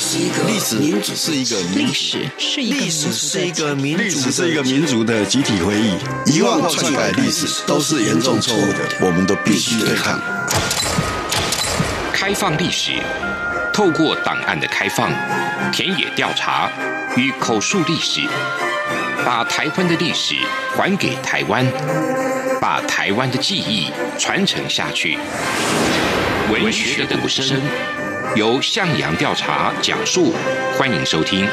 历史是一个民族的集体回忆，遗忘或篡改历史都是严重错误的，我们都必须对抗。 开放历史，透过档案的开放、田野调查与口述历史，把台湾的历史还给台湾，把台湾的记忆传承下去。文学的鼓声，由向阳调查讲述，欢迎收听。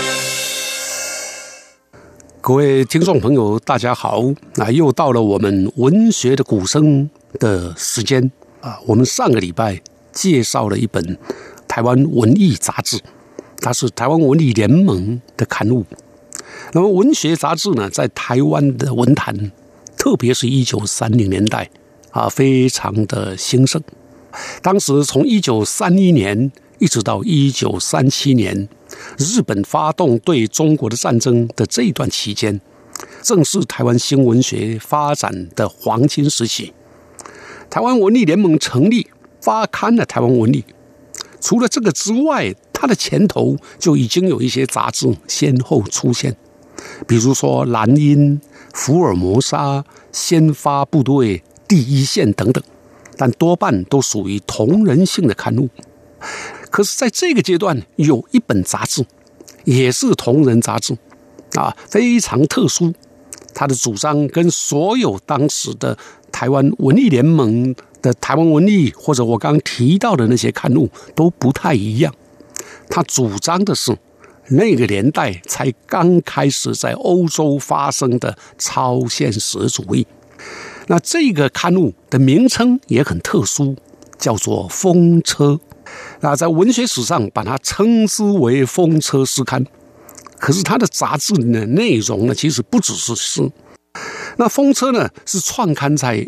各位听众朋友大家好，又到了我们文学的鼓声的时间我们上个礼拜介绍了一本台湾文艺杂志，它是台湾文艺联盟的刊物。那么文学杂志呢，在台湾的文坛，特别是1930年代非常的兴盛。当时从1931年一直到1937年，日本发动对中国的战争的这一段期间，正是台湾新文学发展的黄金时期。台湾文艺联盟成立，发刊了台湾文艺。除了这个之外，它的前头就已经有一些杂志先后出现，比如说蓝鹰、福尔摩沙、先发部队、第一线等等，但多半都属于同人性的刊物。可是在这个阶段，有一本杂志也是同人杂志非常特殊，它的主张跟所有当时的台湾文艺联盟的台湾文艺或者我刚刚提到的那些刊物都不太一样。它主张的是那个年代才刚开始在欧洲发生的超现实主义。那这个刊物的名称也很特殊，叫做风车。那在文学史上把它称之为风车诗刊。可是它的杂志的内容呢，其实不只是诗。那风车呢，是创刊在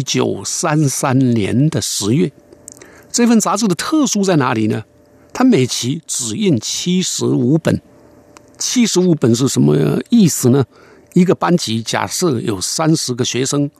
1933年的10月。这份杂志的特殊在哪里呢？它每期只印75本。75本是什么意思呢？一个班级假设有30个学生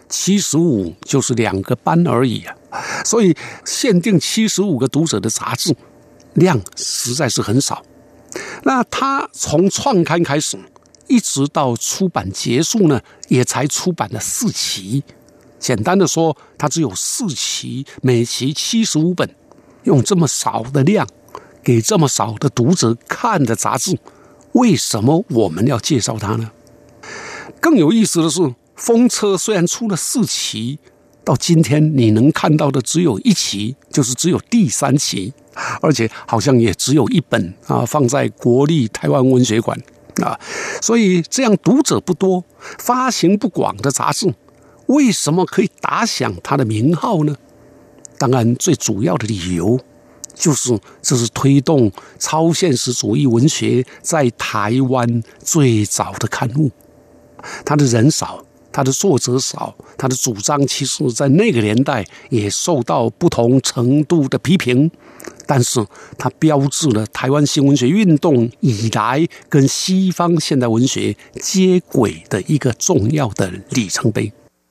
，75就是2个班而已所以限定75个读者的杂志量实在是很少。那它从创刊开始一直到出版结束呢，也才出版了4期。简单的说，它只有4期，每期75本，用这么少的量给这么少的读者看的杂志，为什么我们要介绍它呢？更有意思的是，风车虽然出了4期，到今天你能看到的只有1期，就是只有第3期，而且好像也只有1本放在国立台湾文学馆所以这样读者不多、发行不广的杂志，为什么可以打响它的名号呢？当然最主要的理由就是这是推动超现实主义文学在台湾最早的刊物。它的人少，它的作者少，它的主张其实在那个年代也受到不同程度的批评，但是它标志了台湾新文学运动以来跟西方现代文学接轨的一个重要的里程碑。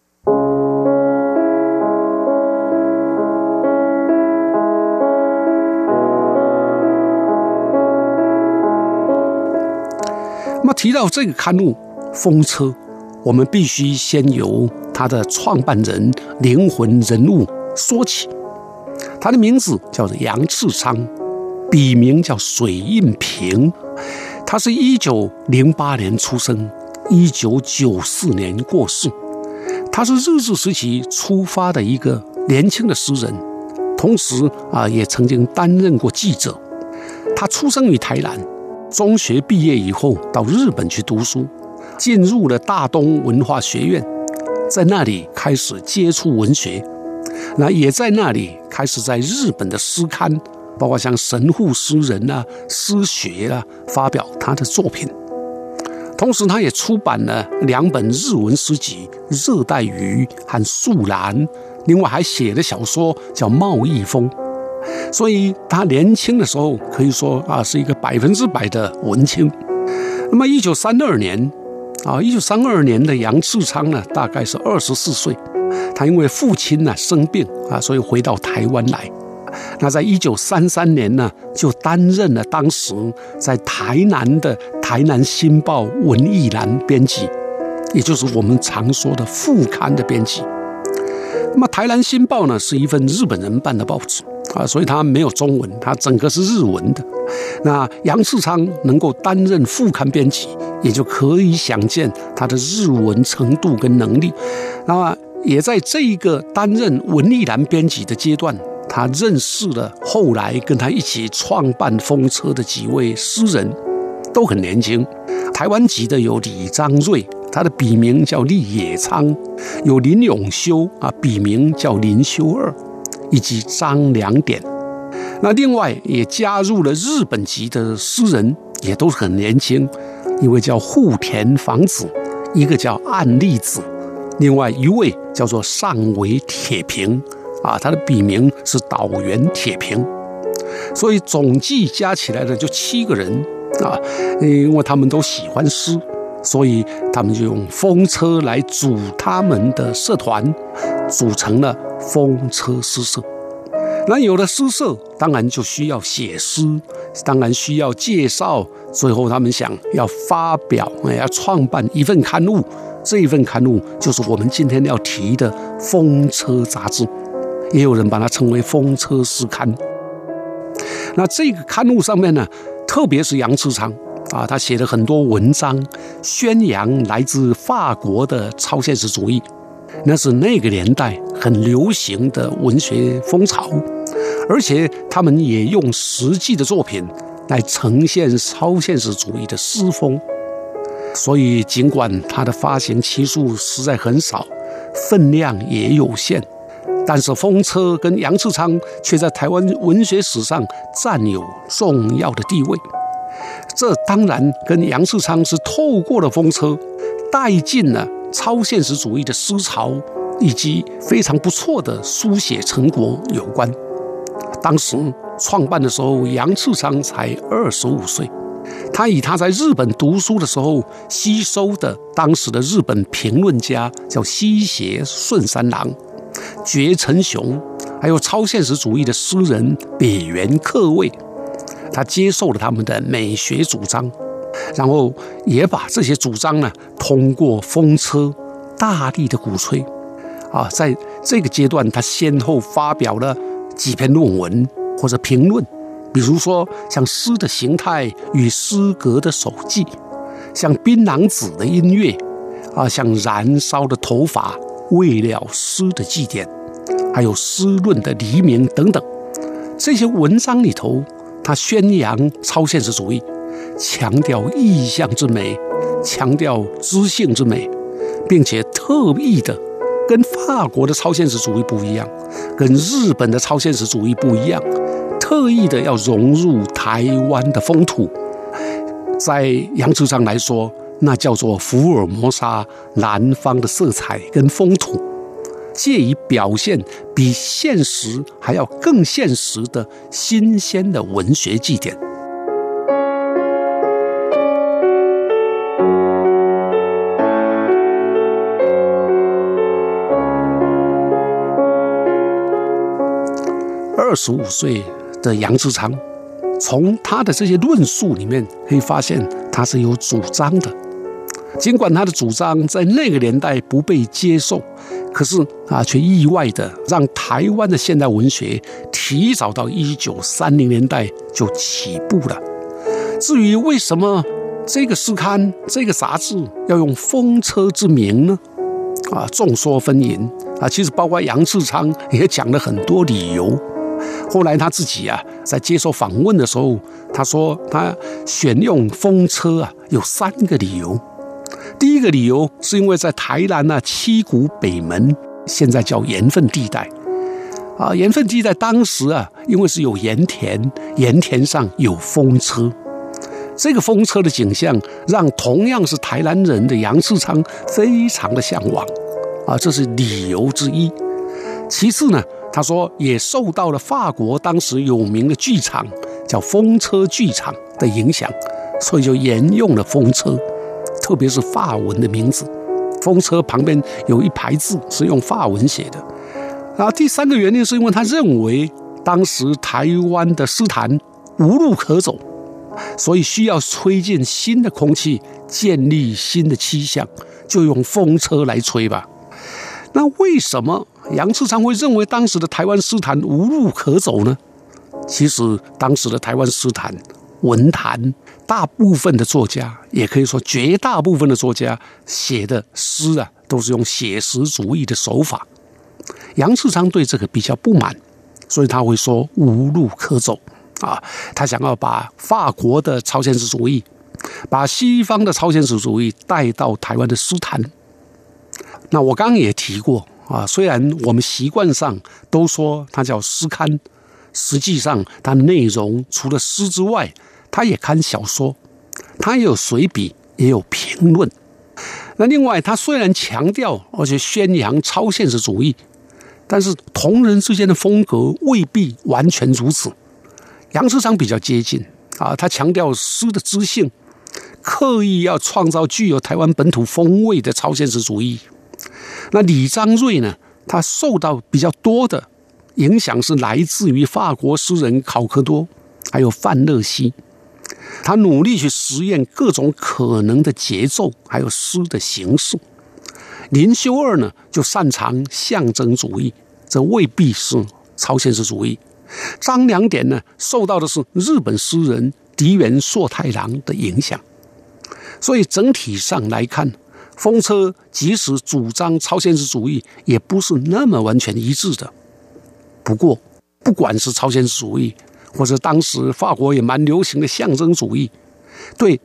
那么提到这个刊物风车，我们必须先由他的创办人灵魂人物说起。他的名字叫做杨炽昌，笔名叫水印平。他是1908年出生，1994年过世。他是日治时期出发的一个年轻的诗人，同时也曾经担任过记者。他出生于台南，中学毕业以后到日本去读书，进入了大东文化学院，在那里开始接触文学。那也在那里开始在日本的诗刊，包括像神户诗人诗学发表他的作品。同时他也出版了2本日文诗集《热带鱼》和《树兰》，另外还写了小说叫《贸易风》。所以他年轻的时候可以说是一个100%的文青。那么1932年的杨炽昌呢，大概是24岁。他因为父亲生病所以回到台湾来。 那在1933年呢，就担任了当时在台南的台南新报文艺栏编辑，也就是我们常说的副刊的编辑。那么台南新报呢，是一份日本人办的报纸所以它没有中文，它整个是日文的。那杨世昌能够担任副刊编辑，也就可以想见他的日文程度跟能力。那么也在这一个担任文艺栏编辑的阶段，他认识了后来跟他一起创办风车的几位诗人，都很年轻。台湾籍的有李章瑞，他的笔名叫厉野仓；有林永修笔名叫林修二，以及张良典。那另外也加入了日本籍的诗人，也都很年轻，一位叫户田芳子，一个叫岸利子，另外一位叫做上尾铁平他的笔名是岛原铁平。所以总计加起来的就7个人因为他们都喜欢诗，所以他们就用风车来组他们的社团，组成了风车诗社。那有了诗社，当然就需要写诗，当然需要介绍，最后他们想要发表，要创办一份刊物，这一份刊物就是我们今天要提的风车杂志，也有人把它称为风车诗刊。那这个刊物上面呢，特别是杨世昌他写了很多文章，宣扬来自法国的超现实主义，那是那个年代很流行的文学风潮，而且他们也用实际的作品来呈现超现实主义的诗风。所以尽管它的发行期数实在很少，分量也有限，但是风车跟杨世昌却在台湾文学史上占有重要的地位。这当然跟杨世昌是透过了风车带进了超现实主义的思潮，以及非常不错的书写成果有关。当时创办的时候，杨世昌才25岁，他以他在日本读书的时候吸收的当时的日本评论家叫西胁顺三郎、觉成雄，还有超现实主义的诗人北原克卫，他接受了他们的美学主张，然后也把这些主张呢通过风车大力的鼓吹在这个阶段他先后发表了几篇论文或者评论，比如说像诗的形态与诗格的手记，像槟榔子的音乐像燃烧的头发为了诗的祭典，还有诗论的黎明等等。这些文章里头，他宣扬超现实主义，强调意象之美，强调知性之美，并且特意的跟法国的超现实主义不一样，跟日本的超现实主义不一样，特意的要融入台湾的风土。在杨世昌来说，那叫做福尔摩沙南方的色彩跟风土，借以表现比现实还要更现实的新鲜的文学祭典。25岁的杨世昌，从他的这些论述里面可以发现他是有主张的，尽管他的主张在那个年代不被接受，可是却意外的让台湾的现代文学提早到1930年代就起步了。至于为什么这个诗刊这个杂志要用风车之名呢？众说纷纭其实包括杨世昌也讲了很多理由。后来他自己在接受访问的时候，他说他选用风车有3个理由。第一个理由是因为在台南七股北门，现在叫盐分地带盐分地带当时因为是有盐田，盐田上有风车，这个风车的景象让同样是台南人的杨世昌非常的向往这是理由之一。其次呢，他说也受到了法国当时有名的剧场叫风车剧场的影响，所以就沿用了风车，特别是法文的名字，风车旁边有一排字是用法文写的。然后第3个原因是因为他认为当时台湾的诗坛无路可走，所以需要吹进新的空气，建立新的气象，就用风车来吹吧。那为什么杨嗣昌会认为当时的台湾诗坛无路可走呢？其实当时的台湾诗坛文坛大部分的作家，也可以说绝大部分的作家写的诗啊，都是用写实主义的手法。杨嗣昌对这个比较不满，所以他会说无路可走啊。他想要把法国的超现实主义，把西方的超现实主义带到台湾的诗坛。那我刚刚也提过啊，虽然我们习惯上都说它叫诗刊，实际上它的内容除了诗之外，它也刊小说，它也有随笔，也有评论。那另外，它虽然强调而且宣扬超现实主义，但是同人之间的风格未必完全如此。杨嗣昌比较接近啊，他强调诗的知性，刻意要创造具有台湾本土风味的超现实主义。那李章瑞呢，他受到比较多的影响是来自于法国诗人考克多，还有范乐西。他努力去实验各种可能的节奏，还有诗的形式。林修二呢，就擅长象征主义，这未必是超现实主义。张良典呢，受到的是日本诗人荻原朔太郎的影响。所以整体上来看，风车即使主张超现实主义，也不是那么完全一致的。不过，不管是超现实主义，或者当时法国也蛮流行的象征主义，对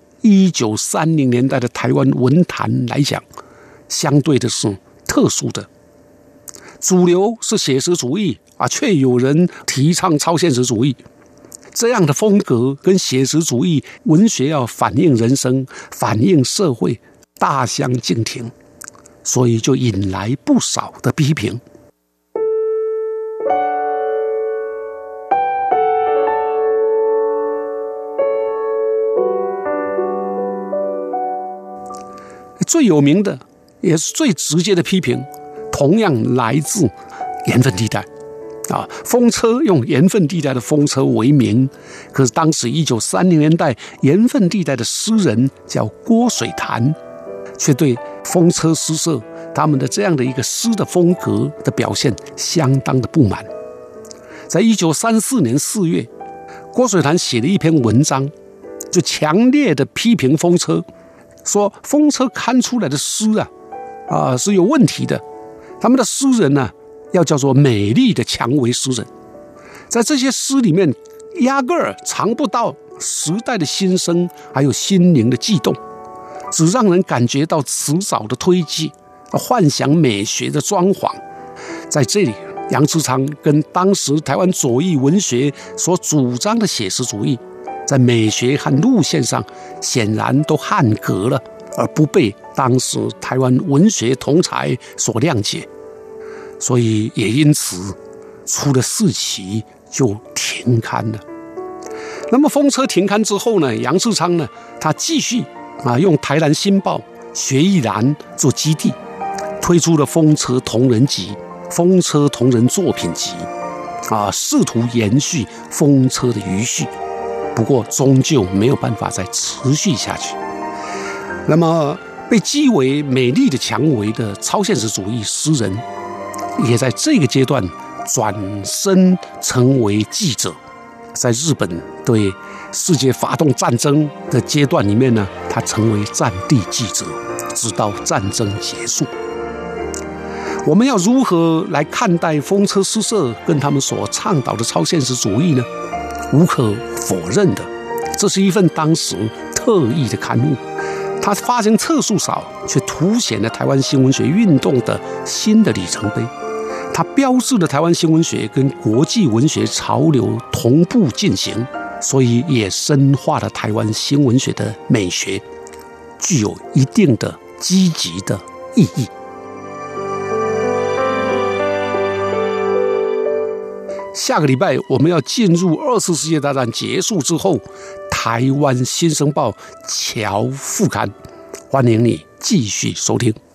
1930年代的台湾文坛来讲，相对的是特殊的。主流是写实主义啊，却有人提倡超现实主义。这样的风格跟写实主义文学要反映人生、反映社会大相径庭，所以就引来不少的批评。最有名的也是最直接的批评，同样来自盐分地带啊。风车用盐分地带的风车为名，可是当时1930年代盐分地带的诗人叫郭水潭，却对风车诗社他们的这样的一个诗的风格的表现相当的不满。在1934年4月，郭水潭写了一篇文章，就强烈的批评风车，说风车刊出来的诗是有问题的，他们的诗人呢要叫做美丽的蔷薇诗人，在这些诗里面压根儿尝不到时代的心声，还有心灵的悸动，只让人感觉到辞藻的推挤，幻想美学的装潢。在这里，杨嗣昌跟当时台湾左翼文学所主张的写实主义，在美学和路线上显然都汉格了，而不被当时台湾文学同侪所谅解，所以也因此出了4期就停刊了。那么风车停刊之后呢，杨嗣昌呢，他继续用台南新报、学艺栏做基地，推出了风车同人集、风车同人作品集试图延续风车的余绪。不过终究没有办法再持续下去。那么被讥为美丽的蔷薇的超现实主义诗人，也在这个阶段转身成为记者。在日本对世界发动战争的阶段里面呢，他成为战地记者，直到战争结束。我们要如何来看待风车诗社跟他们所倡导的超现实主义呢？无可否认的，这是一份当时特异的刊物，它发行册数少，却凸显了台湾新文学运动的新的里程碑。它标志了台湾新文学跟国际文学潮流同步进行，所以也深化了台湾新文学的美学，具有一定的积极的意义。下个礼拜我们要进入2次世界大战结束之后台湾新生报侨副刊，欢迎你继续收听。